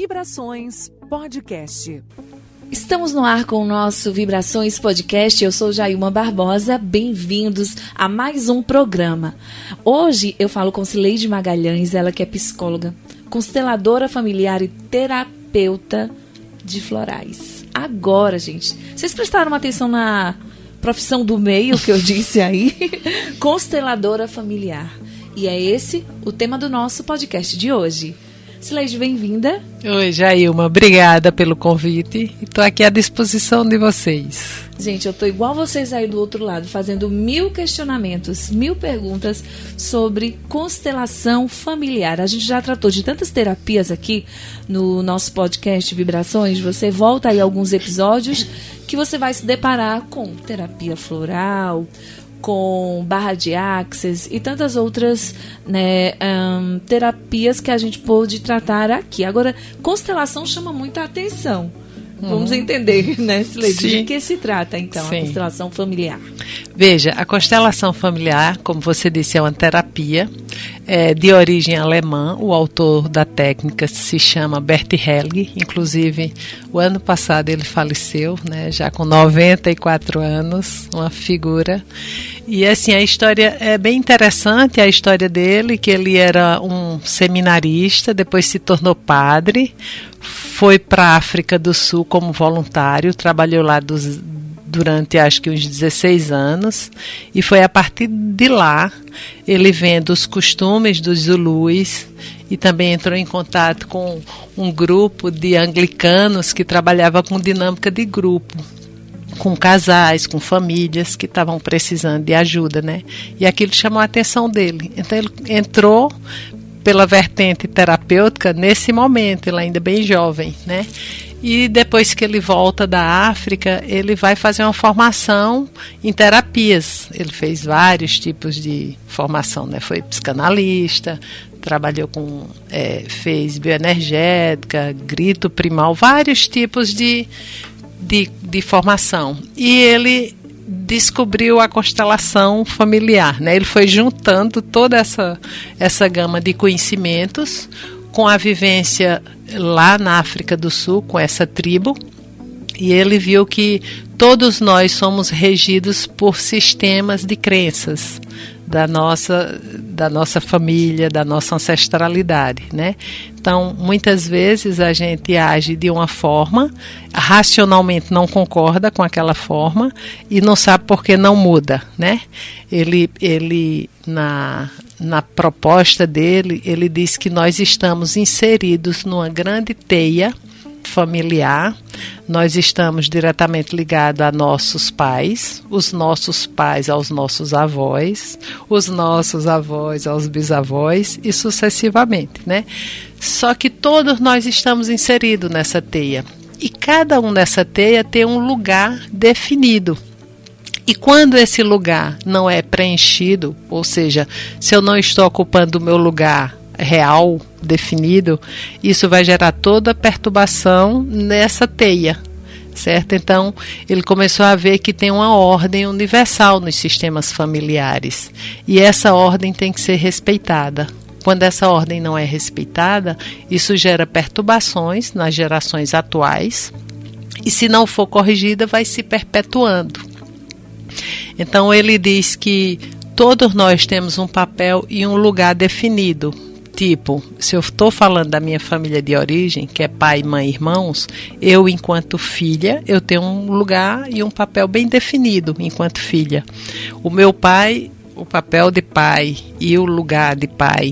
Vibrações Podcast. Estamos no ar com o nosso Vibrações Podcast. Eu sou Jailma Barbosa. Bem-vindos a mais um programa. Hoje eu falo com Cileide Magalhães, ela que é psicóloga, consteladora familiar e terapeuta de florais. Agora, gente, vocês prestaram atenção na profissão do meio que eu disse aí? Consteladora familiar. E é esse o tema do nosso podcast de hoje. Cileide, bem-vinda. Oi, Jailma, obrigada pelo convite. Estou aqui à disposição de vocês. Gente, eu estou igual vocês aí do outro lado, fazendo 1000 questionamentos, 1000 perguntas sobre constelação familiar. A gente já tratou de tantas terapias aqui no nosso podcast Vibrações. Você volta aí alguns episódios que você vai se deparar com terapia floral, com barra de axis e tantas outras, né, terapias que a gente pôde tratar aqui. Agora, constelação chama muita atenção. Vamos entender, né, Cileide, de que se trata, então, a constelação familiar. Veja, a constelação familiar, como você disse, é uma terapia de origem alemã. O autor da técnica se chama Bert Helling. Inclusive, o ano passado ele faleceu, né, já com 94 anos, uma figura. E assim, a história é bem interessante, a história dele, que ele era um seminarista, depois se tornou padre, foi para a África do Sul como voluntário, trabalhou lá durante acho que uns 16 anos, e foi a partir de lá, ele vendo os costumes dos Zulus, e também entrou em contato com um grupo de anglicanos que trabalhava com dinâmica de grupo, com casais, com famílias que estavam precisando de ajuda, né? E aquilo chamou a atenção dele. Então ele entrou pela vertente terapêutica nesse momento, ele ainda bem jovem, né? E depois que ele volta da África, ele vai fazer uma formação em terapias. Ele fez vários tipos de formação, né? Foi psicanalista, trabalhou com, fez bioenergética, grito primal, vários tipos de formação. E ele descobriu a constelação familiar, né? Ele foi juntando toda essa gama de conhecimentos com a vivência lá na África do Sul, com essa tribo, e ele viu que todos nós somos regidos por sistemas de crenças da nossa família, da nossa ancestralidade, né? Então, muitas vezes a gente age de uma forma, racionalmente não concorda com aquela forma e não sabe por que não muda, né? Ele na proposta dele, ele diz que nós estamos inseridos numa grande teia familiar. Nós estamos diretamente ligados a nossos pais, os nossos pais aos nossos avós, os nossos avós aos bisavós e sucessivamente, né? Só que todos nós estamos inseridos nessa teia e cada um nessa teia tem um lugar definido. E quando esse lugar não é preenchido, ou seja, se eu não estou ocupando o meu lugar real, definido, isso vai gerar toda a perturbação nessa teia, certo? Então, ele começou a ver que tem uma ordem universal nos sistemas familiares, e essa ordem tem que ser respeitada. Quando essa ordem não é respeitada, isso gera perturbações nas gerações atuais, e se não for corrigida, vai se perpetuando. Então, ele diz que todos nós temos um papel e um lugar definido. Tipo, se eu estou falando da minha família de origem, que é pai, mãe, irmãos, eu, enquanto filha, eu tenho um lugar e um papel bem definido enquanto filha. O meu pai, o papel de pai e o lugar de pai,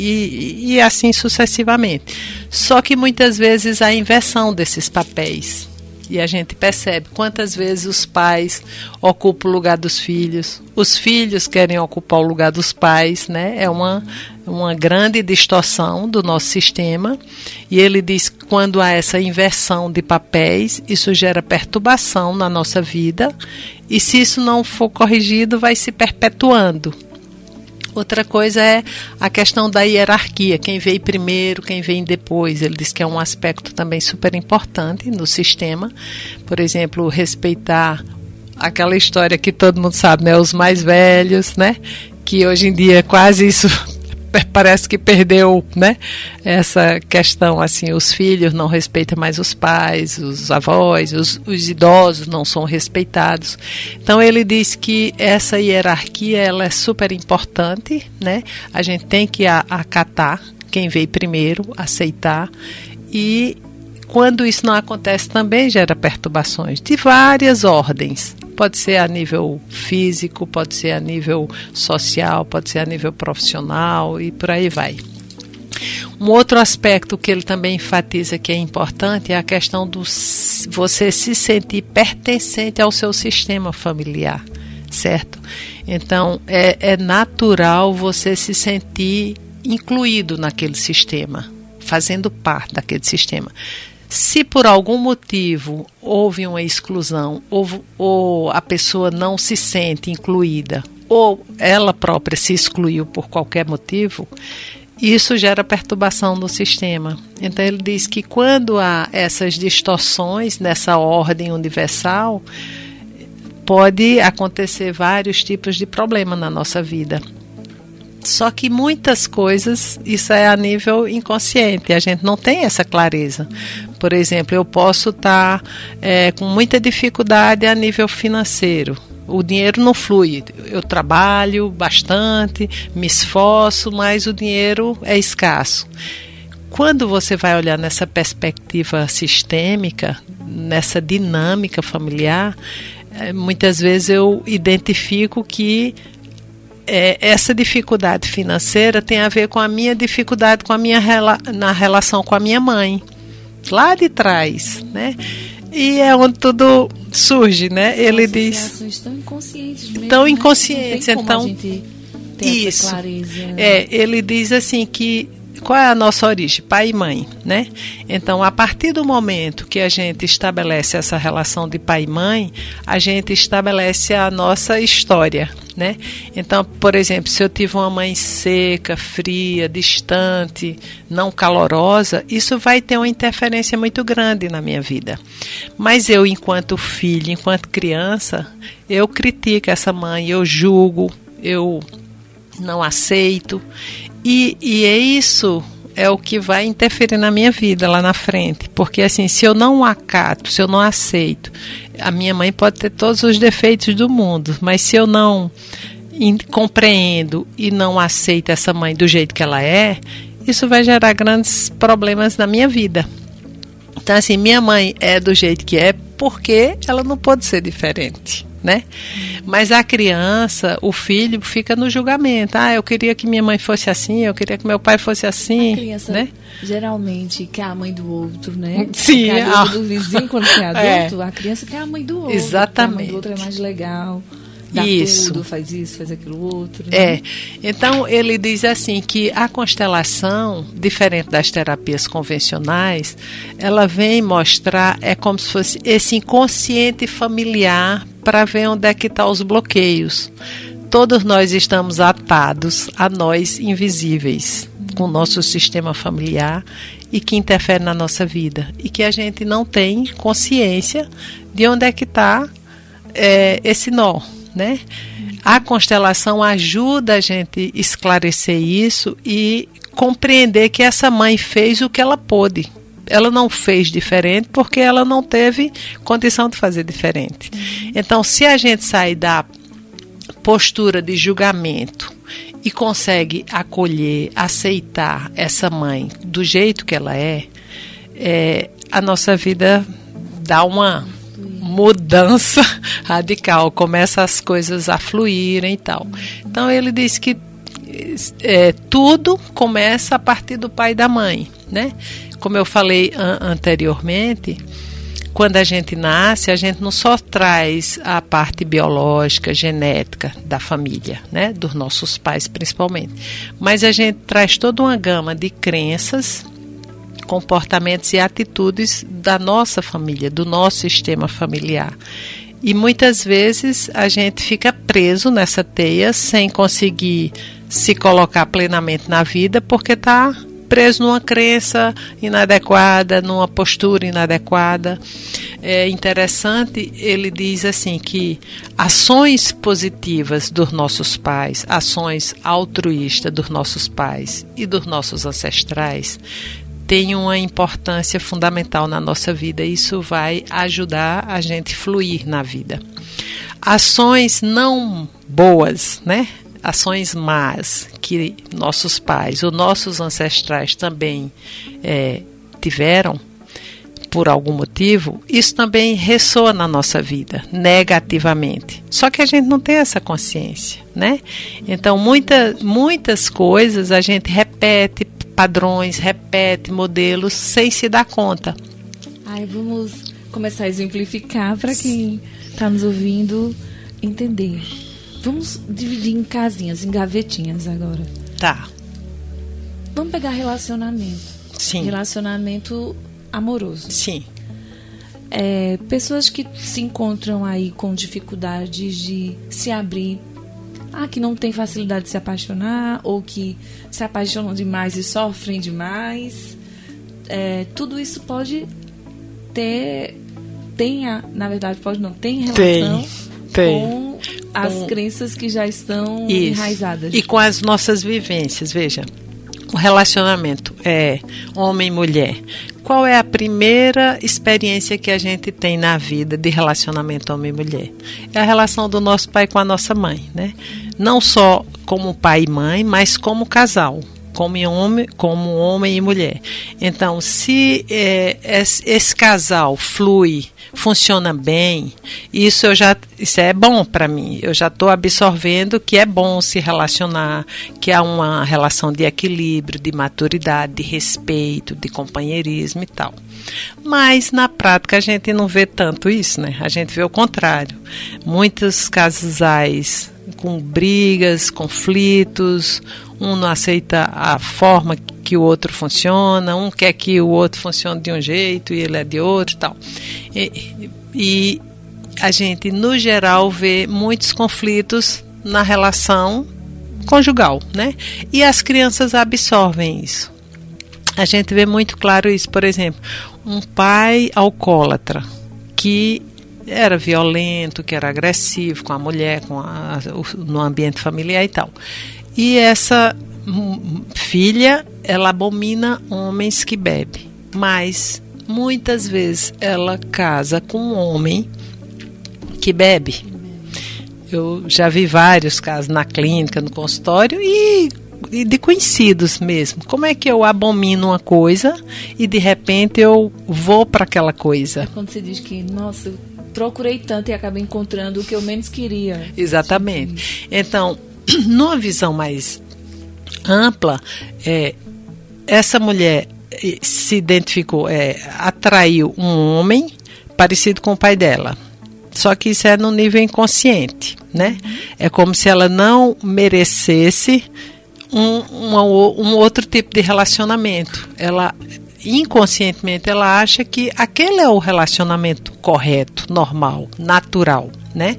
e assim sucessivamente. Só que muitas vezes há inversão desses papéis. E a gente percebe quantas vezes os pais ocupam o lugar dos filhos, os filhos querem ocupar o lugar dos pais, né? É uma grande distorção do nosso sistema. E ele diz que quando há essa inversão de papéis, isso gera perturbação na nossa vida. E se isso não for corrigido, vai se perpetuando. Outra coisa é a questão da hierarquia, quem veio primeiro, quem vem depois. Ele diz que é um aspecto também super importante no sistema. Por exemplo, respeitar aquela história que todo mundo sabe, né? Os mais velhos, né? Que hoje em dia quase isso parece que perdeu, né, essa questão, assim, os filhos não respeitam mais os pais, os avós, os idosos não são respeitados. Então ele diz que essa hierarquia, ela é super importante, né? A gente tem que acatar quem veio primeiro, aceitar, e quando isso não acontece também gera perturbações de várias ordens. Pode ser a nível físico, pode ser a nível social, pode ser a nível profissional e por aí vai. Um outro aspecto que ele também enfatiza que é importante é a questão do você se sentir pertencente ao seu sistema familiar, certo? Então, é natural você se sentir incluído naquele sistema, fazendo parte daquele sistema. Se por algum motivo houve uma exclusão, ou a pessoa não se sente incluída, ou ela própria se excluiu por qualquer motivo, isso gera perturbação no sistema. Então ele diz que quando há essas distorções nessa ordem universal, pode acontecer vários tipos de problema na nossa vida. Só que muitas coisas, isso é a nível inconsciente, a gente não tem essa clareza. Por exemplo, eu posso estar com muita dificuldade a nível financeiro. O dinheiro não flui. Eu trabalho bastante, me esforço, mas o dinheiro é escasso. Quando você vai olhar nessa perspectiva sistêmica, nessa dinâmica familiar, muitas vezes eu identifico que essa dificuldade financeira tem a ver com a minha dificuldade na relação com a minha mãe, lá de trás, né? E é onde tudo surge, né? Ele diz tão inconscientes mesmo, tão inconscientes, né? Não tem como então a gente ter isso, essa clareza. Ele diz assim que qual é a nossa origem? Pai e mãe, né? Então, a partir do momento que a gente estabelece essa relação de pai e mãe, a gente estabelece a nossa história, né? Então, por exemplo, se eu tive uma mãe seca, fria, distante, não calorosa, isso vai ter uma interferência muito grande na minha vida. Mas eu, enquanto filho, enquanto criança, eu critico essa mãe, eu julgo, eu não aceito. E isso é o que vai interferir na minha vida lá na frente. Porque assim, se eu não acato, se eu não aceito, a minha mãe pode ter todos os defeitos do mundo, mas se eu não compreendo e não aceito essa mãe do jeito que ela é, isso vai gerar grandes problemas na minha vida. Então assim, minha mãe é do jeito que é porque ela não pode ser diferente, né? Mas a criança, o filho, fica no julgamento. Eu queria que minha mãe fosse assim, eu queria que meu pai fosse assim. A criança, né? Geralmente, quer a mãe do outro, né? Sim. A do vizinho, quando você é adulto, a criança quer a mãe do outro. Exatamente. A mãe do outro é mais legal. Dá isso. Tudo, faz isso, faz aquilo outro. Né? Então ele diz assim que a constelação, diferente das terapias convencionais, ela vem mostrar, é como se fosse esse inconsciente familiar para ver onde é que estão os bloqueios. Todos nós estamos atados a nós invisíveis, com o nosso sistema familiar e que interfere na nossa vida. E que a gente não tem consciência de onde é que está esse nó. Né? A constelação ajuda a gente a esclarecer isso e compreender que essa mãe fez o que ela pôde. Ela não fez diferente porque ela não teve condição de fazer diferente. Então, se a gente sair da postura de julgamento e consegue acolher, aceitar essa mãe do jeito que ela a nossa vida dá uma mudança radical, começa as coisas a fluírem e tal. Então ele diz que tudo começa a partir do pai e da mãe, né? Como eu falei anteriormente, quando a gente nasce, a gente não só traz a parte biológica, genética da família, né? Dos nossos pais principalmente, mas a gente traz toda uma gama de crenças, comportamentos e atitudes da nossa família, do nosso sistema familiar. E muitas vezes a gente fica preso nessa teia sem conseguir se colocar plenamente na vida porque está preso numa crença inadequada, numa postura inadequada. É interessante, ele diz assim que ações positivas dos nossos pais, ações altruístas dos nossos pais e dos nossos ancestrais têm uma importância fundamental na nossa vida. Isso vai ajudar a gente a fluir na vida. Ações não boas, né? Ações más que nossos pais ou nossos ancestrais também tiveram, por algum motivo, isso também ressoa na nossa vida, negativamente. Só que a gente não tem essa consciência, né? Então, muitas coisas a gente repete padrões, repete modelos sem se dar conta. Vamos começar a exemplificar para quem está nos ouvindo entender. Vamos dividir em casinhas, em gavetinhas agora. Tá. Vamos pegar relacionamento. Sim. Relacionamento amoroso. Sim. Pessoas que se encontram aí com dificuldades de se abrir, que não tem facilidade de se apaixonar, ou que se apaixonam demais e sofrem demais. Tudo isso pode ter, tem relação com as crenças que já estão enraizadas. E com as nossas vivências, veja. O relacionamento é homem e mulher. Qual é a primeira experiência que a gente tem na vida de relacionamento homem e mulher? É a relação do nosso pai com a nossa mãe, né? Não só como pai e mãe, mas como casal, como homem e mulher. Então, se esse casal flui, funciona bem, isso é bom para mim. Eu já estou absorvendo que é bom se relacionar, que há uma relação de equilíbrio, de maturidade, de respeito, de companheirismo e tal. Mas na prática a gente não vê tanto isso, né? A gente vê o contrário. Muitos casais com brigas, conflitos, um não aceita a forma que o outro funciona, um quer que o outro funcione de um jeito e ele é de outro e tal. E a gente, no geral, vê muitos conflitos na relação conjugal, né? E as crianças absorvem isso. A gente vê muito claro isso, por exemplo, um pai alcoólatra que era violento, que era agressivo com a mulher, no ambiente familiar e tal. E essa filha, ela abomina homens que bebem, mas muitas vezes ela casa com um homem que bebe. Eu já vi vários casos na clínica, no consultório e de conhecidos mesmo. Como é que eu abomino uma coisa e de repente eu vou para aquela coisa? Quando você diz que, nossa, eu procurei tanto e acabei encontrando o que eu menos queria. Exatamente. Então, numa visão mais ampla, essa mulher se identificou, atraiu um homem parecido com o pai dela. Só que isso é no nível inconsciente, né? É como se ela não merecesse um outro tipo de relacionamento. Ela, inconscientemente, ela acha que aquele é o relacionamento correto, normal, natural, né?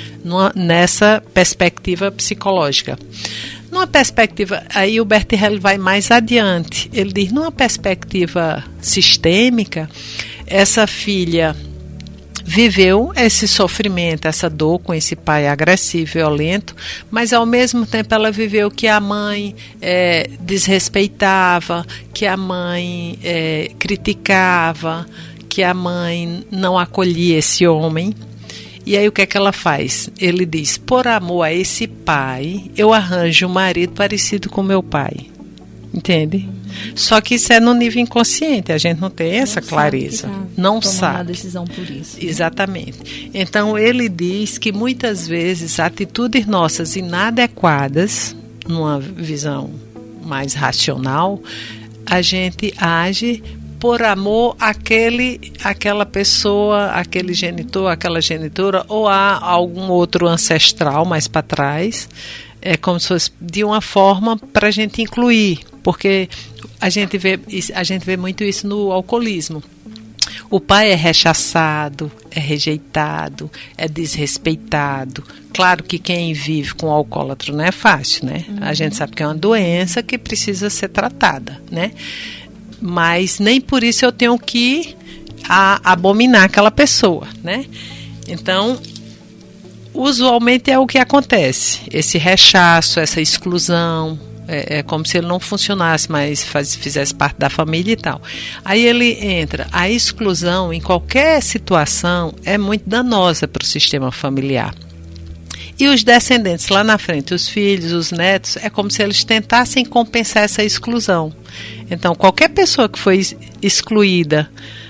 Nessa perspectiva psicológica. Numa perspectiva, aí o Bert Hellinger vai mais adiante. Ele diz, numa perspectiva sistêmica, essa filha viveu esse sofrimento, essa dor com esse pai agressivo, violento, mas ao mesmo tempo ela viveu que a mãe desrespeitava, que a mãe criticava, que a mãe não acolhia esse homem. E aí o que é que ela faz? Ele diz, por amor a esse pai, eu arranjo um marido parecido com meu pai. Entende? Só que isso é no nível inconsciente, a gente não tem essa clareza. Não sabe. A decisão por isso. Exatamente. Então ele diz que muitas vezes atitudes nossas inadequadas, numa visão mais racional, a gente age por amor àquela pessoa, aquele genitor, aquela genitora, ou a algum outro ancestral mais para trás. É como se fosse de uma forma para a gente incluir, porque a gente vê muito isso no alcoolismo. O pai é rechaçado, é rejeitado, é desrespeitado, Claro que quem vive com alcoólatra não é fácil, né? A gente sabe que é uma doença que precisa ser tratada, né? Mas nem por isso eu tenho que abominar aquela pessoa, né? Então, usualmente é o que acontece. Esse rechaço, essa exclusão, é como se ele não funcionasse, mas fizesse parte da família e tal. Aí ele entra. A exclusão, em qualquer situação, é muito danosa para o sistema familiar. E os descendentes lá na frente, os filhos, os netos, é como se eles tentassem compensar essa exclusão. Então, qualquer pessoa que foi excluída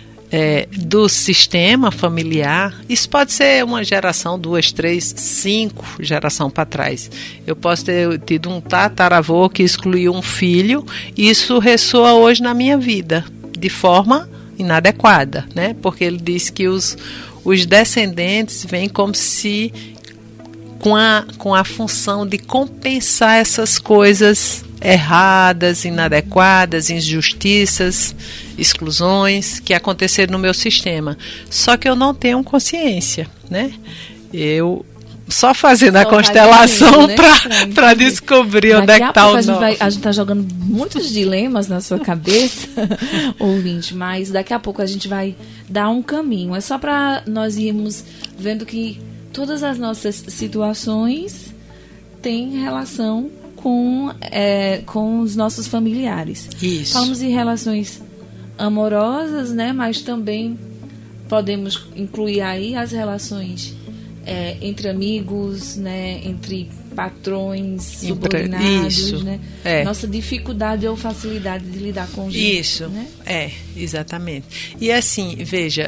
do sistema familiar, isso pode ser uma geração, 2, 3, 5 gerações para trás. Eu posso ter tido um tataravô que excluiu um filho, e isso ressoa hoje na minha vida, de forma inadequada, né? Porque ele diz que os descendentes vêm como se com a função de compensar essas coisas erradas, inadequadas, injustiças, exclusões que aconteceram no meu sistema. Só que eu não tenho consciência, né? Eu só fazendo a constelação, né, para descobrir onde é que está o nosso. A gente está jogando muitos dilemas na sua cabeça, ouvinte, mas daqui a pouco a gente vai dar um caminho. É só para nós irmos vendo que todas as nossas situações têm relação com os nossos familiares. Isso. Falamos em relações amorosas, né? Mas também podemos incluir aí as relações entre amigos, né? Entre patrões, subordinados, isso, né? Nossa dificuldade ou facilidade de lidar com gente. Isso, né? Exatamente. E assim, veja,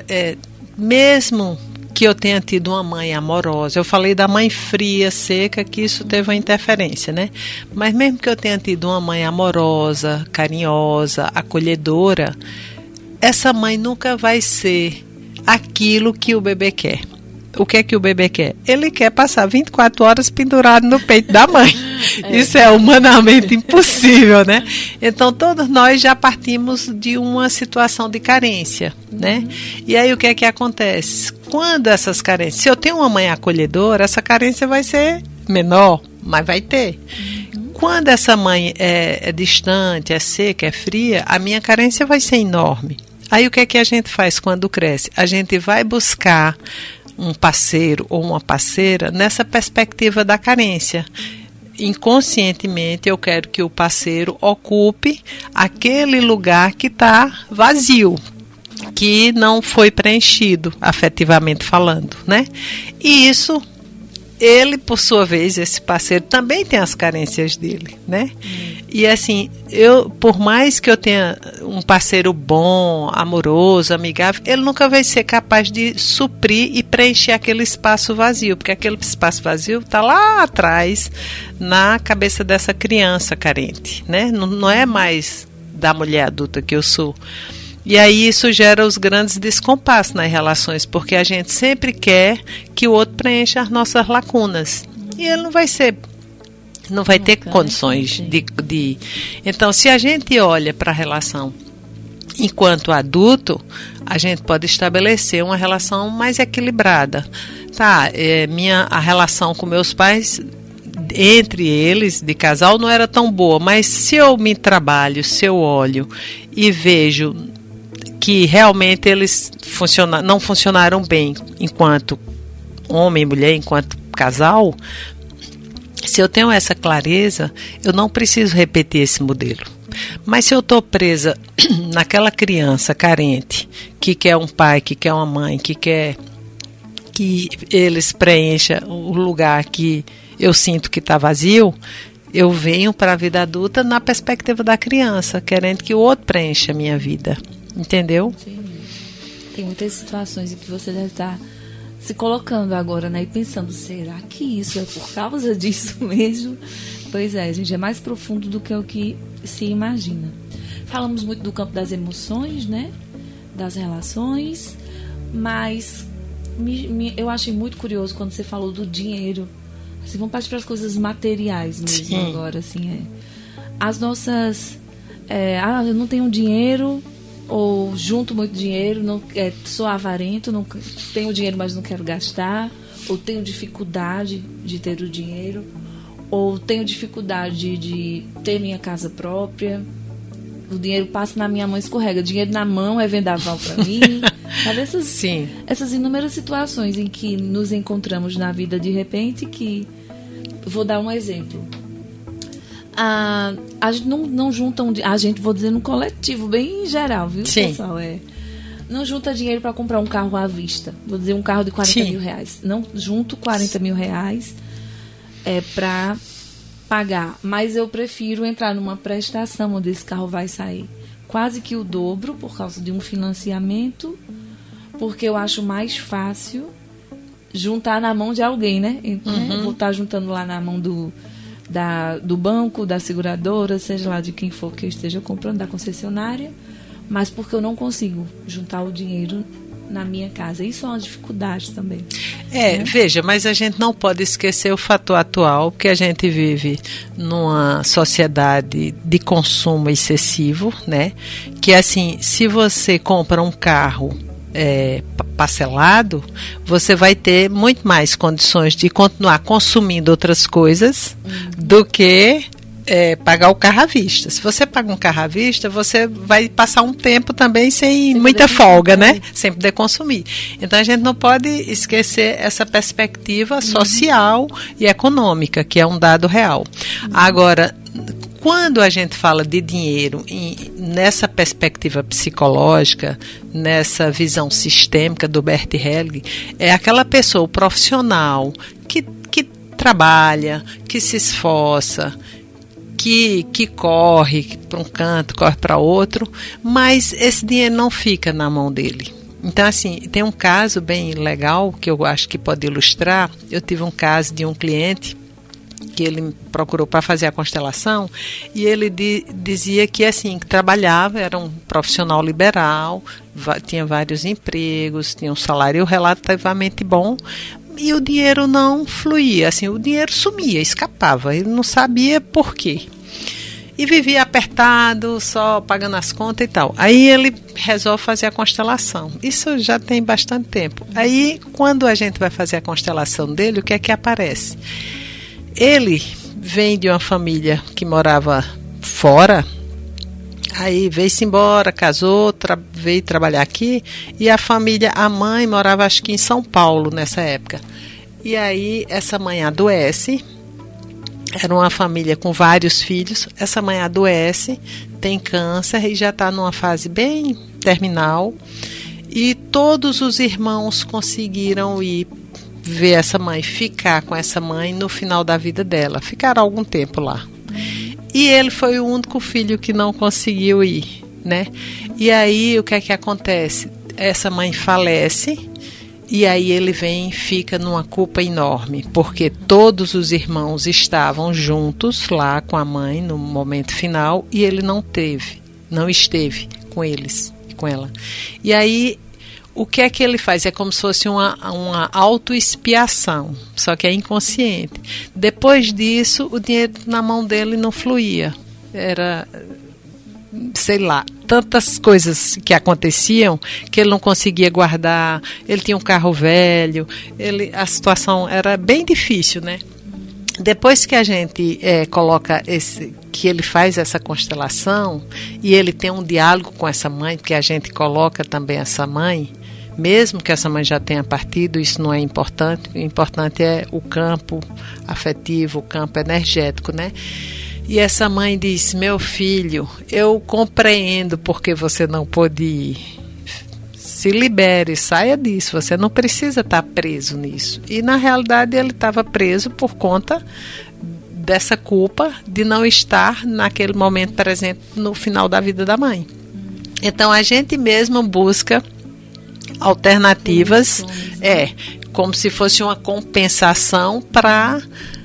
mesmo que eu tenha tido uma mãe amorosa, eu falei da mãe fria, seca, que isso teve uma interferência, né? Mas mesmo que eu tenha tido uma mãe amorosa, carinhosa, acolhedora, essa mãe nunca vai ser aquilo que o bebê quer. O que é que o bebê quer? Ele quer passar 24 horas pendurado no peito da mãe. Isso é humanamente impossível, né? Então, todos nós já partimos de uma situação de carência, né? E aí, o que é que acontece? Quando essas carências... Se eu tenho uma mãe acolhedora, essa carência vai ser menor, mas vai ter. Quando essa mãe é distante, é seca, é fria, a minha carência vai ser enorme. Aí, o que é que a gente faz quando cresce? A gente vai buscar um parceiro ou uma parceira nessa perspectiva da carência. Inconscientemente eu quero que o parceiro ocupe aquele lugar que está vazio, que não foi preenchido, afetivamente falando, né? E isso, ele, por sua vez, esse parceiro também tem as carências dele, né? E assim, por mais que eu tenha um parceiro bom, amoroso, amigável, ele nunca vai ser capaz de suprir e preencher aquele espaço vazio, porque aquele espaço vazio está lá atrás, na cabeça dessa criança carente, né? Não é mais da mulher adulta que eu sou. E aí isso gera os grandes descompassos nas relações, porque a gente sempre quer que o outro preencha as nossas lacunas. E ele não vai ter condições de... Então, se a gente olha para a relação enquanto adulto, a gente pode estabelecer uma relação mais equilibrada. Tá, a relação com meus pais, entre eles, de casal, não era tão boa, mas se eu me trabalho, se eu olho e vejo que realmente eles não funcionaram bem enquanto homem e mulher, enquanto casal, se eu tenho essa clareza, eu não preciso repetir esse modelo. Mas se eu estou presa naquela criança carente, que quer um pai, que quer uma mãe, que quer que eles preencham o lugar que eu sinto que está vazio, eu venho para a vida adulta na perspectiva da criança, querendo que o outro preencha a minha vida. Entendeu? Sim. Tem muitas situações em que você deve estar se colocando agora, né? E pensando, será que isso é por causa disso mesmo? Pois é, gente, é mais profundo do que o que se imagina. Falamos muito do campo das emoções, né? Das relações, mas eu achei muito curioso quando você falou do dinheiro. Assim, vamos partir para as coisas materiais mesmo. Sim. Agora, assim, as nossas... eu não tenho dinheiro... ou junto muito dinheiro, sou avarento, não tenho dinheiro, mas não quero gastar, ou tenho dificuldade de ter o dinheiro, ou tenho dificuldade de ter minha casa própria, o dinheiro passa na minha mão, escorrega, dinheiro na mão é vendaval para mim. Sabe essas inúmeras situações em que nos encontramos na vida de repente, que vou dar um exemplo. A gente não junta a gente, vou dizer no coletivo, bem em geral, viu, Sim. pessoal? Não junta dinheiro para comprar um carro à vista. Vou dizer um carro de 40 mil reais. Não junto 40 mil reais para pagar. Mas eu prefiro entrar numa prestação onde esse carro vai sair quase que o dobro por causa de um financiamento, porque eu acho mais fácil juntar na mão de alguém, né? Uhum. Vou estar juntando lá na mão do banco, da seguradora, seja lá de quem for que eu esteja comprando, da concessionária, mas porque eu não consigo juntar o dinheiro na minha casa. Isso é uma dificuldade também. Veja, mas a gente não pode esquecer o fator atual, que a gente vive numa sociedade de consumo excessivo, né? Que assim, se você compra um carro parcelado, você vai ter muito mais condições de continuar consumindo outras coisas do que pagar o carro à vista. Se você paga um carro à vista, você vai passar um tempo também sem muita folga, né? Sem poder consumir. Então a gente não pode esquecer essa perspectiva social e econômica, que é um dado real. Agora, quando a gente fala de dinheiro nessa perspectiva psicológica, nessa visão sistêmica do Bert Helling, é aquela pessoa, o profissional, que trabalha, que se esforça, que corre para um canto, corre para outro, mas esse dinheiro não fica na mão dele. Então, assim, tem um caso bem legal que eu acho que pode ilustrar. Eu tive um caso de um cliente que ele me procurou para fazer a constelação, e ele dizia que assim, que trabalhava, era um profissional liberal, tinha vários empregos, tinha um salário relativamente bom, e o dinheiro não fluía, assim, o dinheiro sumia, escapava, ele não sabia por quê. E vivia apertado, só pagando as contas e tal. Aí ele resolve fazer a constelação. Isso já tem bastante tempo. Aí, quando a gente vai fazer a constelação dele, o que é que aparece? Ele vem de uma família que morava fora, aí veio-se embora, casou, veio trabalhar aqui, e a mãe morava acho que em São Paulo nessa época. E aí essa mãe adoece, era uma família com vários filhos, essa mãe adoece, tem câncer e já está numa fase bem terminal, e todos os irmãos conseguiram ir ver essa mãe, ficar com essa mãe no final da vida dela, ficaram algum tempo lá. E ele foi o único filho que não conseguiu ir, né? E aí o que é que acontece? Essa mãe falece, e aí ele vem e fica numa culpa enorme, porque todos os irmãos estavam juntos lá com a mãe no momento final, e ele não esteve com eles, com ela. E aí o que é que ele faz? É como se fosse uma autoexpiação, só que é inconsciente. Depois disso, o dinheiro na mão dele não fluía. Era, sei lá, tantas coisas que aconteciam que ele não conseguia guardar. Ele tinha um carro velho, a situação era bem difícil, né? Depois que a gente coloca que ele faz essa constelação e ele tem um diálogo com essa mãe, porque a gente coloca também essa mãe, mesmo que essa mãe já tenha partido, isso não é importante. O importante é o campo afetivo, o campo energético, né? E essa mãe disse: meu filho, eu compreendo porque você não pôde ir. Se libere, saia disso, você não precisa estar preso nisso. E na realidade ele estava preso por conta dessa culpa de não estar naquele momento presente no final da vida da mãe. Então a gente mesmo busca alternativas, como se fosse uma compensação para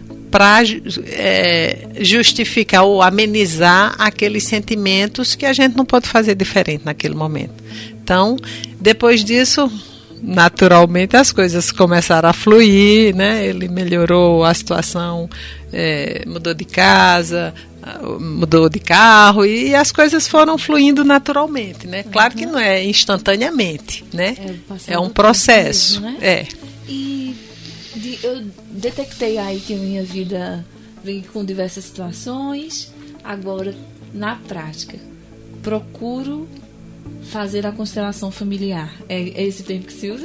justificar ou amenizar aqueles sentimentos que a gente não pode fazer diferente naquele momento. Então, depois disso, naturalmente as coisas começaram a fluir, né? Ele melhorou a situação, mudou de casa, mudou de carro, e as coisas foram fluindo naturalmente, né? Claro que não é instantaneamente, né? É um processo, né? E eu detectei aí que a minha vida vem com diversas situações. Agora, na prática, procuro fazer a constelação familiar. É esse termo que se usa?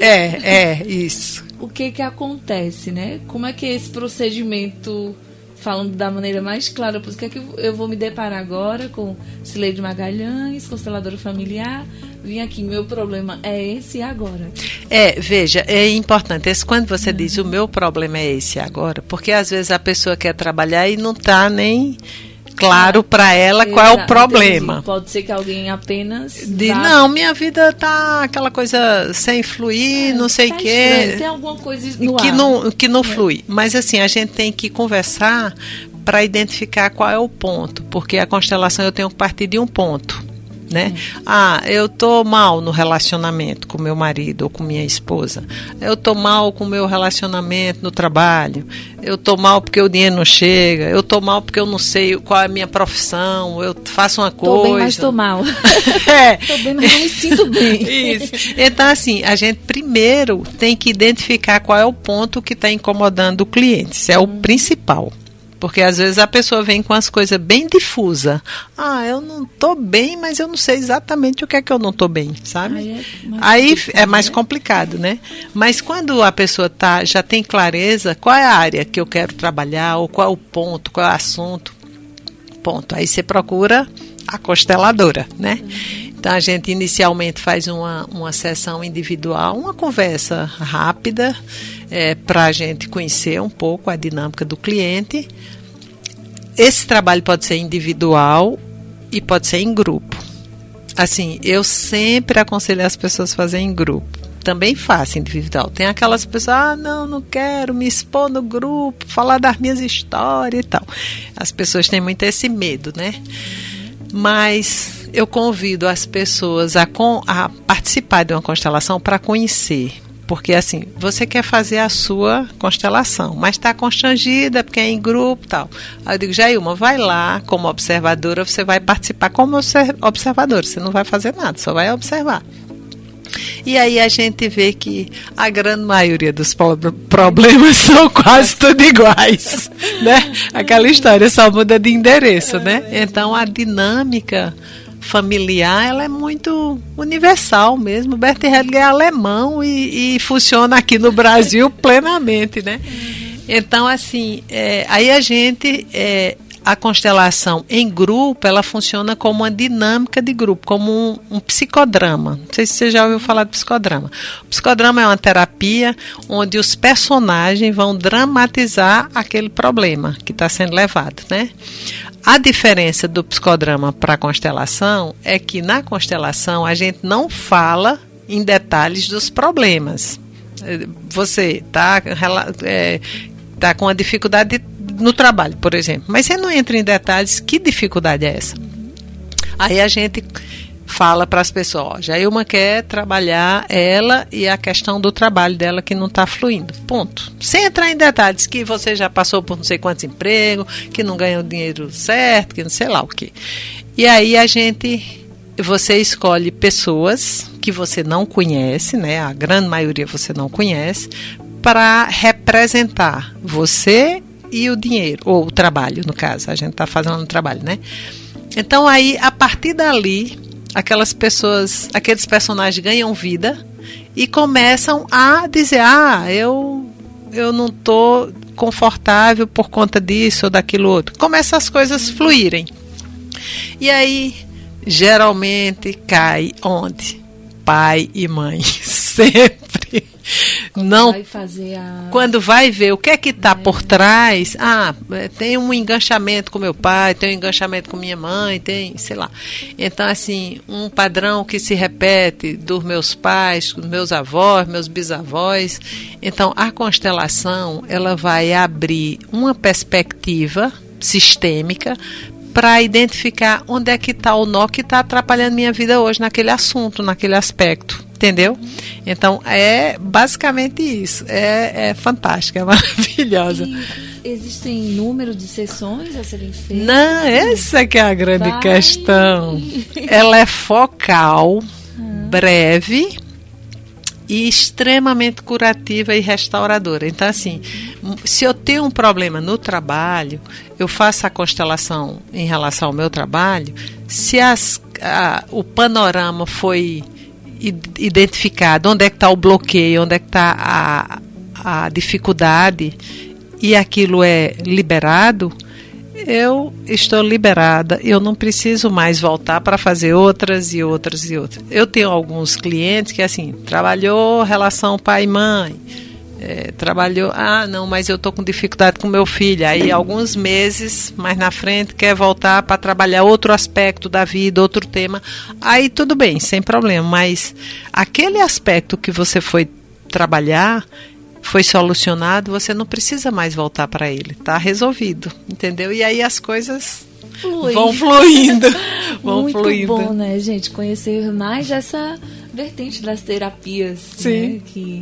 Isso. O que acontece, né? Como é que é esse procedimento, falando da maneira mais clara, o que é que eu vou me deparar agora com Cileide Magalhães, consteladora familiar? Vim aqui, meu problema é esse agora. Veja, é importante. Quando você diz o meu problema é esse agora, porque às vezes a pessoa quer trabalhar e não está nem claro para ela qual é o problema. Entendi. Pode ser que alguém apenas não, minha vida tá aquela coisa sem fluir, não sei o quê. Tem alguma coisa que não flui. Mas assim, a gente tem que conversar para identificar qual é o ponto, porque a constelação eu tenho que partir de um ponto. Né? Eu tô mal no relacionamento com meu marido ou com minha esposa. Eu tô mal com o meu relacionamento no trabalho. Eu tô mal porque o dinheiro não chega. Eu tô mal porque eu não sei qual é a minha profissão. Eu faço uma coisa. Tô bem, mas tô mal. Tô bem, mas não me sinto bem. Isso. Então, assim, a gente primeiro tem que identificar qual é o ponto que está incomodando o cliente. Isso é o principal. Porque às vezes a pessoa vem com as coisas bem difusas. Eu não estou bem, mas eu não sei exatamente o que é que eu não estou bem, sabe? Aí é mais complicado, né? Mas quando a pessoa já tem clareza, qual é a área que eu quero trabalhar, ou qual é o ponto, qual é o assunto, ponto. Aí você procura a consteladora, né? Então a gente inicialmente faz uma sessão individual, uma conversa rápida, para a gente conhecer um pouco a dinâmica do cliente. Esse trabalho pode ser individual e pode ser em grupo. Assim, eu sempre aconselho as pessoas a fazerem em grupo. Também faço individual. Tem aquelas pessoas, não quero me expor no grupo, falar das minhas histórias e tal. As pessoas têm muito esse medo, né? Mas eu convido as pessoas a participar de uma constelação para conhecer. Porque assim, você quer fazer a sua constelação, mas está constrangida porque é em grupo e tal. Aí eu digo, Jailma, vai lá como observadora, você vai participar como observadora, você não vai fazer nada, só vai observar. E aí a gente vê que a grande maioria dos problemas são quase tudo iguais, né? Aquela história só muda de endereço, né? Então a dinâmica familiar, ela é muito universal mesmo. Bert Hellinger é alemão e funciona aqui no Brasil plenamente, né? Então, assim, aí a constelação em grupo, ela funciona como uma dinâmica de grupo, como um psicodrama. Não sei se você já ouviu falar de psicodrama. O psicodrama é uma terapia onde os personagens vão dramatizar aquele problema que está sendo levado, né? A diferença do psicodrama para a constelação é que na constelação a gente não fala em detalhes dos problemas. Você está com uma dificuldade no trabalho, por exemplo, mas você não entra em detalhes, que dificuldade é essa? Aí a gente fala para as pessoas, Jailma quer trabalhar ela e a questão do trabalho dela que não está fluindo, ponto. Sem entrar em detalhes, que você já passou por não sei quantos empregos, que não ganhou dinheiro certo, que não sei lá o quê. E aí você escolhe pessoas que você não conhece, né? A grande maioria você não conhece, para representar você e o dinheiro, ou o trabalho, no caso, a gente está fazendo um trabalho, né? Então aí, a partir dali, aquelas pessoas, aqueles personagens ganham vida e começam a dizer, eu não estou confortável por conta disso ou daquilo outro. Começam as coisas fluírem. E aí, geralmente, cai onde? Pai e mãe, sempre. Não, quando vai ver o que é que está por trás, tem um enganchamento com meu pai, tem um enganchamento com minha mãe, tem, sei lá. Então, assim, um padrão que se repete dos meus pais, dos meus avós, meus bisavós. Então, a constelação, ela vai abrir uma perspectiva sistêmica para identificar onde é que está o nó que está atrapalhando minha vida hoje naquele assunto, naquele aspecto. Entendeu? Então, é basicamente isso. É fantástico, é maravilhosa. E existem número de sessões a serem feitas? Não, essa que é a grande questão. Ela é focal, breve e extremamente curativa e restauradora. Então, assim, se eu tenho um problema no trabalho, eu faço a constelação em relação ao meu trabalho. Se o panorama foi identificado, onde é que está o bloqueio, onde é que está a dificuldade, e aquilo é liberado, eu estou liberada, eu não preciso mais voltar para fazer outras e outras e outras. Eu tenho alguns clientes que, assim, trabalhou relação pai e mãe, trabalhou, não, mas eu estou com dificuldade com meu filho, aí alguns meses mais na frente quer voltar para trabalhar outro aspecto da vida, outro tema, aí tudo bem, sem problema, mas aquele aspecto que você foi trabalhar, foi solucionado, você não precisa mais voltar para ele, está resolvido, entendeu? E aí as coisas vão fluindo. Muito bom, né, gente? Conhecer mais essa vertente das terapias, né?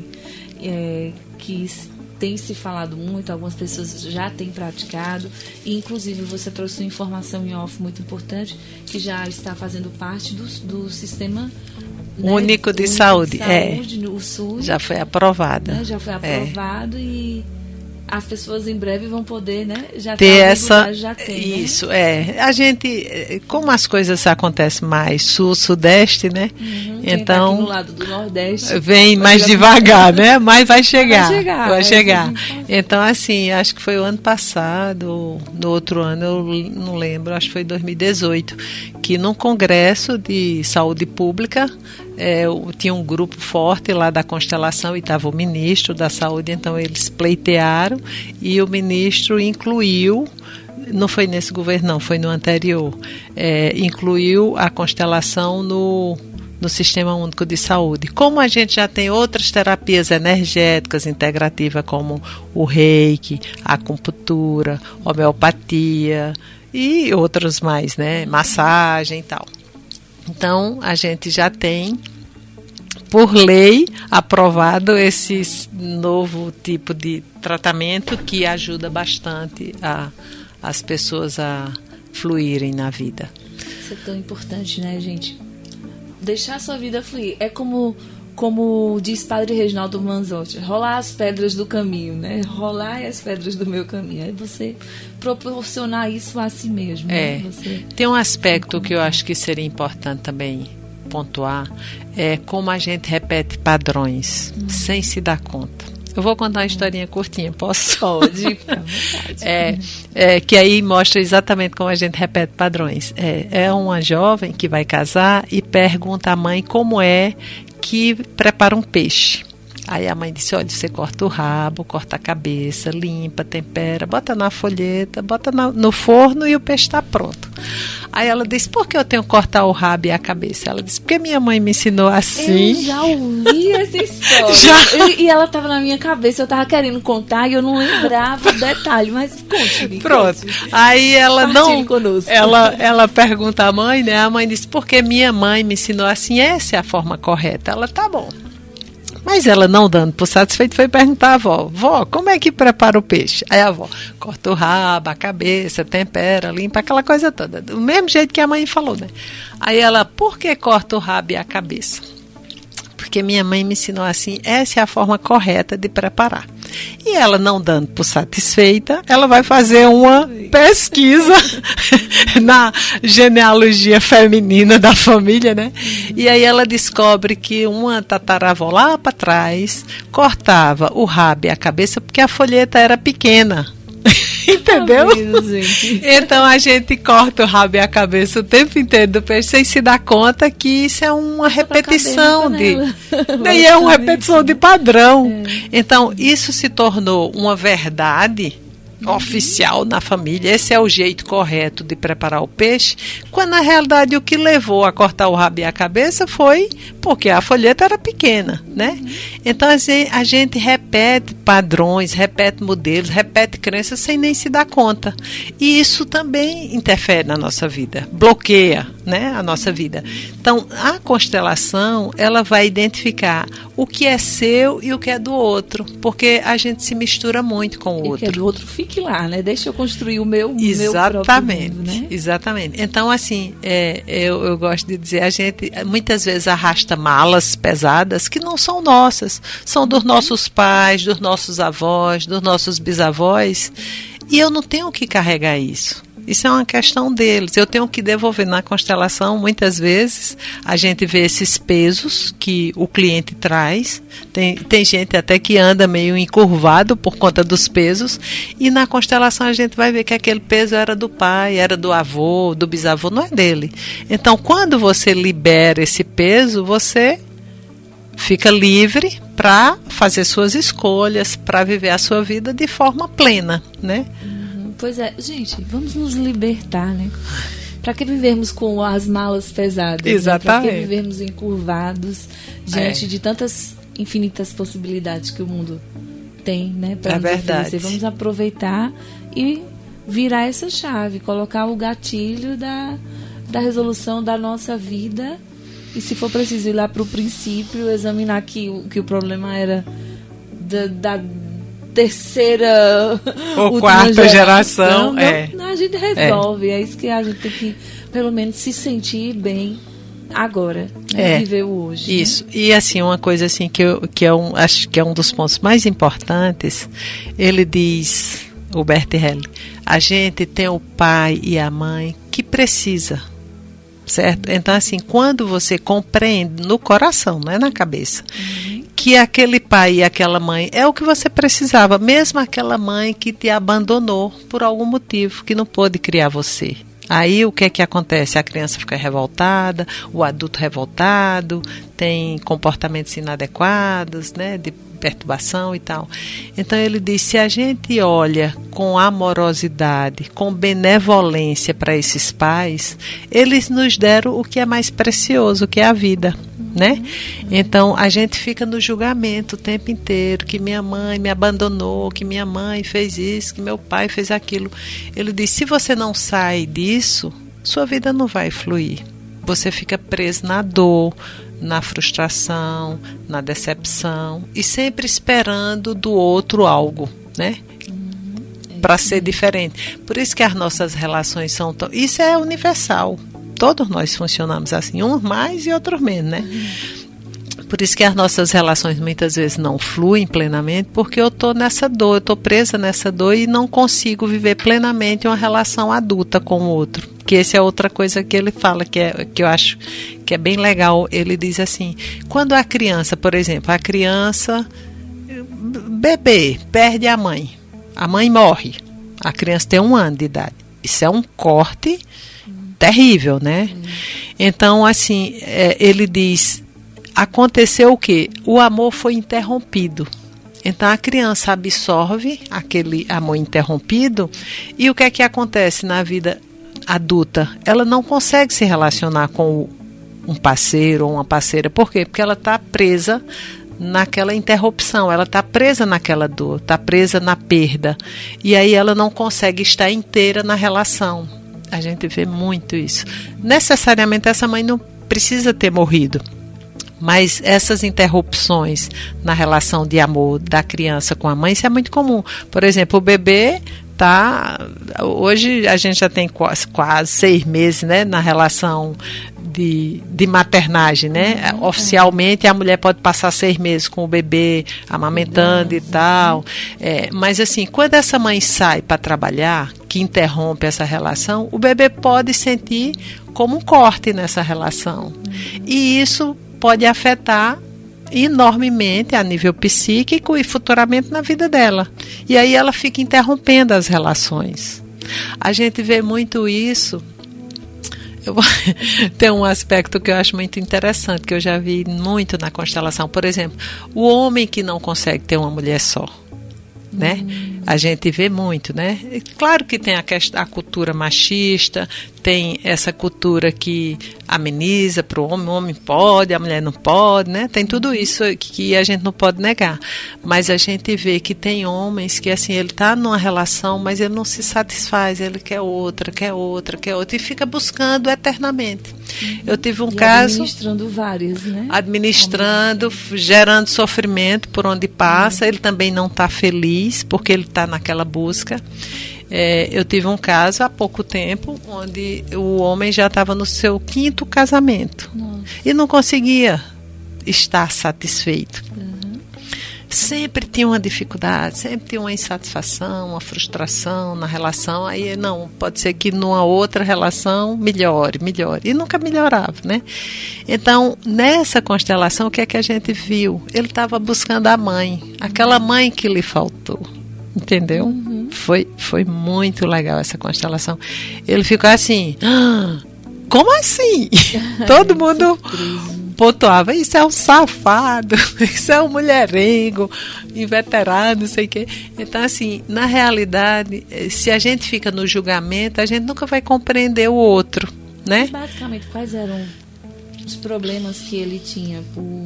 Que tem se falado muito, algumas pessoas já têm praticado, e inclusive você trouxe uma informação em off muito importante, que já está fazendo parte do sistema, né, único de saúde, o SUS. Já foi aprovada. Né, já foi aprovado e as pessoas em breve vão poder, né, já ter essa, já tem, isso, né? A gente, como as coisas acontecem mais sul-sudeste, né? Então, tá aqui no lado do Nordeste, vem mais devagar, né? Mas vai chegar. Vai chegar. Então, assim, acho que foi o ano passado, no outro ano, eu não lembro, acho que foi 2018, que num congresso de saúde pública, tinha um grupo forte lá da constelação e estava o ministro da saúde, então eles pleitearam e o ministro incluiu, não foi nesse governo não, foi no anterior, incluiu a constelação no Sistema Único de Saúde. Como a gente já tem outras terapias energéticas integrativas, como o reiki, a acupuntura, homeopatia e outros mais, né? Massagem e tal. Então, a gente já tem, por lei, aprovado esse novo tipo de tratamento que ajuda bastante as pessoas a fluírem na vida. Isso é tão importante, né, gente? Deixar a sua vida fluir. É como diz Padre Reginaldo Manzotti, rolar as pedras do caminho, né? Rolar as pedras do meu caminho. É você proporcionar isso a si mesmo. Né? Tem um aspecto que eu acho que seria importante também pontuar, é como a gente repete padrões sem se dar conta. Eu vou contar uma historinha curtinha, posso? Pode, fica à vontade. Que aí mostra exatamente como a gente repete padrões. É uma jovem que vai casar e pergunta à mãe como é que prepara um peixe. Aí a mãe disse, olha, você corta o rabo, corta a cabeça, limpa, tempera, bota na folheta, bota no forno e o peixe está pronto. Aí ela disse, por que eu tenho que cortar o rabo e a cabeça? Ela disse, porque minha mãe me ensinou assim. Eu já ouvi essa história. E ela estava na minha cabeça, eu estava querendo contar e eu não lembrava o detalhe, mas conte-me. Pronto. Aí ela ela pergunta à mãe, né? A mãe disse, porque minha mãe me ensinou assim, essa é a forma correta. Ela, tá bom. Mas ela, não dando por satisfeito, foi perguntar à avó, vó, como é que prepara o peixe? Aí a avó corta o rabo, a cabeça, tempera, limpa, aquela coisa toda. Do mesmo jeito que a mãe falou, né? Aí ela, por que corta o rabo e a cabeça? Porque minha mãe me ensinou assim, essa é a forma correta de preparar. E ela, não dando por satisfeita, ela vai fazer uma pesquisa na genealogia feminina da família, né? E aí ela descobre que uma tataravó lá para trás cortava o rabo e a cabeça porque a folheta era pequena. Entendeu? Então a gente corta o rabo e a cabeça o tempo inteiro do peixe sem se dar conta que isso é uma repetição e é uma repetição de padrão. Então isso se tornou uma verdade oficial na família, esse é o jeito correto de preparar o peixe, quando na realidade o que levou a cortar o rabo e a cabeça foi porque a folheta era pequena, né? Então a gente repete padrões, repete modelos, repete crenças sem nem se dar conta, e isso também interfere na nossa vida, bloqueia né, a nossa vida. Então, a constelação, ela vai identificar o que é seu e o que é do outro, porque a gente se mistura muito com o outro. E o que é do outro, fique lá, né? Deixa eu construir o meu Exatamente, próprio mundo, né? Exatamente. Então, assim, eu gosto de dizer, a gente muitas vezes arrasta malas pesadas que não são nossas, são dos nossos pais, dos nossos avós, dos nossos bisavós, e eu não tenho que carregar isso. Isso é uma questão deles. Eu tenho que devolver. Na constelação, muitas vezes, a gente vê esses pesos que o cliente traz. Tem gente até que anda meio encurvado por conta dos pesos. E na constelação a gente vai ver que aquele peso era do pai, era do avô, do bisavô, não é dele. Então, quando você libera esse peso, você fica livre para fazer suas escolhas, para viver a sua vida de forma plena, né? Pois é, gente, vamos nos libertar, né? Para que vivermos com as malas pesadas? Exatamente. Né? Para que vivermos encurvados diante de tantas infinitas possibilidades que o mundo tem, né? Para nos oferecer. Vamos aproveitar e virar essa chave, colocar o gatilho da resolução da nossa vida e, se for preciso, ir lá para o princípio, examinar que o problema era da terceira ou quarta geração. A gente resolve. É isso que a gente tem que, pelo menos, se sentir bem agora, né? Viver o hoje. Isso. Né? E assim, uma coisa assim acho que é um dos pontos mais importantes. Ele diz, o Bert Helling, a gente tem o pai e a mãe que precisa. Certo? Então, assim, quando você compreende no coração, não é na cabeça, que aquele pai e aquela mãe é o que você precisava, mesmo aquela mãe que te abandonou por algum motivo, que não pôde criar você. Aí o que é que acontece? A criança fica revoltada, o adulto revoltado, tem comportamentos inadequados, né, de perturbação e tal. Então ele diz, se a gente olha com amorosidade, com benevolência para esses pais, eles nos deram o que é mais precioso, que é a vida, né? Então a gente fica no julgamento o tempo inteiro, que minha mãe me abandonou, que minha mãe fez isso, que meu pai fez aquilo. Ele diz, se você não sai disso, sua vida não vai fluir. Você fica preso na dor, na frustração, na decepção e sempre esperando do outro algo, né? Para ser diferente. Por isso que as nossas relações são tão... Isso é universal. Todos nós funcionamos assim, uns mais e outros menos, né? Por isso que as nossas relações muitas vezes não fluem plenamente, porque eu estou nessa dor, eu estou presa nessa dor e não consigo viver plenamente uma relação adulta com o outro. Que essa é outra coisa que ele fala, que eu acho que é bem legal. Ele diz assim, quando a criança, por exemplo, bebê, perde a mãe morre, a criança tem 1 ano de idade. Isso é um corte terrível, né? Então, assim, ele diz, aconteceu o quê? O amor foi interrompido. Então a criança absorve aquele amor interrompido e o que é que acontece na vida adulta? Ela não consegue se relacionar com um parceiro ou uma parceira. Por quê? Porque ela está presa naquela interrupção, ela está presa naquela dor, está presa na perda. E aí ela não consegue estar inteira na relação. A gente vê muito isso. Necessariamente essa mãe não precisa ter morrido. Mas essas interrupções na relação de amor da criança com a mãe, isso é muito comum. Por exemplo, o bebê hoje a gente já tem quase 6 meses, né, na relação de maternagem, né? Oficialmente a mulher pode passar 6 meses com o bebê, amamentando e tal. Mas assim, quando essa mãe sai para trabalhar, que interrompe essa relação, o bebê pode sentir como um corte nessa relação. E isso pode afetar enormemente a nível psíquico e futuramente na vida dela. E aí ela fica interrompendo as relações. A gente vê muito isso. Tem um aspecto que eu acho muito interessante, que eu já vi muito na constelação. Por exemplo, o homem que não consegue ter uma mulher só, né? A gente vê muito, né? Claro que tem a cultura machista, tem essa cultura que ameniza para o homem pode, a mulher não pode, né? Tem tudo isso que a gente não pode negar. Mas a gente vê que tem homens que, assim, ele está numa relação, mas ele não se satisfaz, ele quer outra, e fica buscando eternamente. Eu tive um caso... Administrando várias, né? Administrando, gerando sofrimento por onde passa, ele também não está feliz, porque ele está naquela busca. Eu tive um caso há pouco tempo, onde o homem já estava no seu 5º casamento. Nossa. E não conseguia estar satisfeito. Sempre tinha uma dificuldade, sempre tinha uma insatisfação, uma frustração na relação. Aí não, pode ser que numa outra relação melhore. E nunca melhorava, né? Então, nessa constelação, o que é que a gente viu? Ele estava buscando a mãe, aquela mãe que lhe faltou. Entendeu? Foi muito legal essa constelação. Ele ficou assim, como assim? Todo mundo pontuava, isso é um safado, isso é um mulherengo, inveterado, não sei o quê. Então, assim, na realidade, se a gente fica no julgamento, a gente nunca vai compreender o outro, né? Basicamente, quais eram os problemas que ele tinha por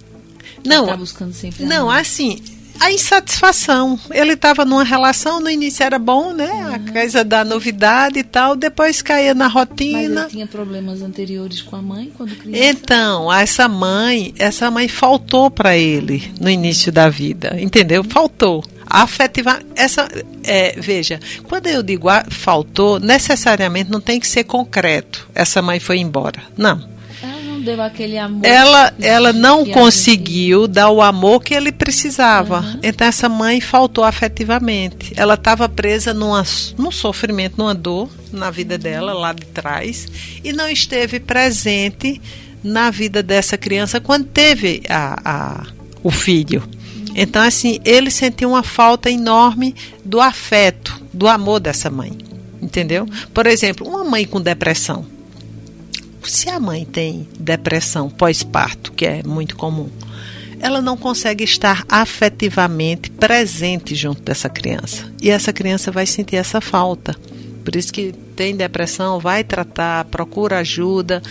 estar buscando sempre? Não, assim... A insatisfação. Ele estava numa relação, no início era bom, né? A coisa da novidade e tal, depois caía na rotina. Mas ele tinha problemas anteriores com a mãe quando criança? Então, essa mãe faltou para ele no início da vida, entendeu? Faltou. Afetiva, veja, quando eu digo faltou, necessariamente não tem que ser concreto. Essa mãe foi embora. Não. Deu aquele amor. Ela não conseguiu dar o amor que ele precisava. Então essa mãe faltou afetivamente. Ela estava presa num sofrimento, numa dor na vida dela, lá de trás, e não esteve presente na vida dessa criança quando teve o filho. Então, assim, ele sentiu uma falta enorme do afeto, do amor dessa mãe. Entendeu? Por exemplo, uma mãe com depressão. Se a mãe tem depressão pós-parto, que é muito comum, ela não consegue estar afetivamente presente junto dessa criança. E essa criança vai sentir essa falta. Por isso que tem depressão, vai tratar, procura ajuda,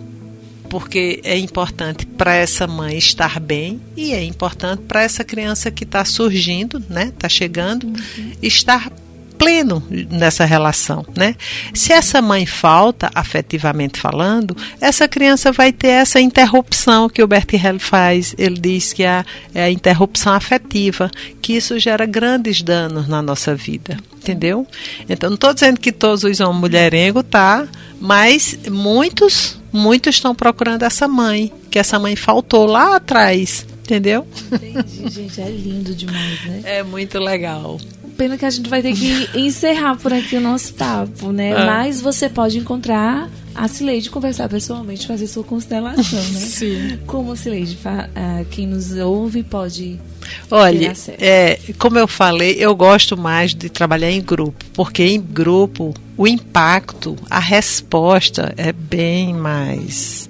porque é importante para essa mãe estar bem e é importante para essa criança que está surgindo, né, está chegando, estar pleno nessa relação, né? Se essa mãe falta, afetivamente falando, essa criança vai ter essa interrupção que o Bert Hellinger faz. Ele diz que é a interrupção afetiva, que isso gera grandes danos na nossa vida, entendeu? Então, não estou dizendo que todos os homens mulherengos, tá? Mas muitos estão procurando essa mãe, que essa mãe faltou lá atrás, entendeu? Entendi, gente, é lindo demais, né? É muito legal. Pena que a gente vai ter que encerrar por aqui o nosso papo, né? Mas você pode encontrar a Cileide, conversar pessoalmente, fazer sua constelação, né? Sim. Como a Cileide, quem nos ouve pode... Olha, como eu falei, eu gosto mais de trabalhar em grupo, porque em grupo o impacto, a resposta é bem mais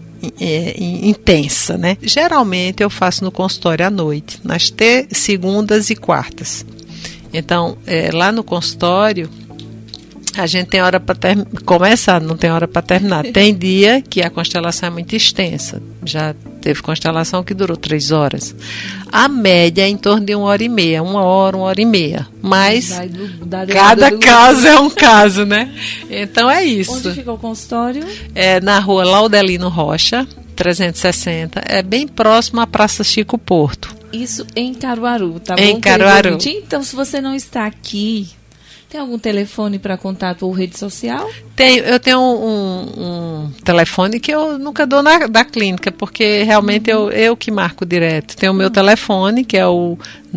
intensa, né? Geralmente eu faço no consultório à noite, nas segundas e quartas. Então, lá no consultório, a gente tem hora para começar, não tem hora para terminar. Tem dia que a constelação é muito extensa. Já teve constelação que durou 3 horas. A média é em torno de 1h30, 1h, 1h30. Mas cada caso é um caso, né? Então é isso. Onde fica o consultório? É na rua Laudelino Rocha, 360. É bem próximo à Praça Chico Porto. Isso em Caruaru, tá bom? Em Caruaru. Então, se você não está aqui, tem algum telefone para contato ou rede social? Eu tenho um telefone que eu nunca dou da clínica, porque realmente eu que marco direto. Tem o meu telefone, que é o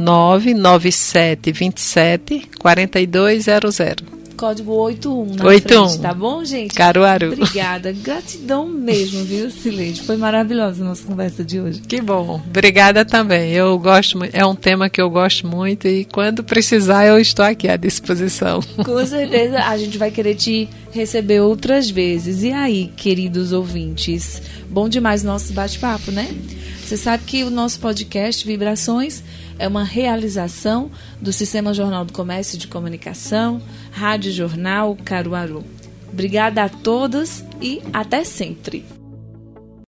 997 27 4200. Código 81 na 81. Frente, tá bom, gente? Caruaru. Obrigada, gratidão mesmo, viu, Cileide? Foi maravilhosa a nossa conversa de hoje. Que bom, obrigada também. Eu gosto, é um tema que eu gosto muito e quando precisar eu estou aqui à disposição. Com certeza a gente vai querer te receber outras vezes. E aí, queridos ouvintes? Bom demais o nosso bate-papo, né? Você sabe que o nosso podcast Vibrações é uma realização do Sistema Jornal do Comércio e de Comunicação, Rádio Jornal Caruaru. Obrigada a todos e até sempre.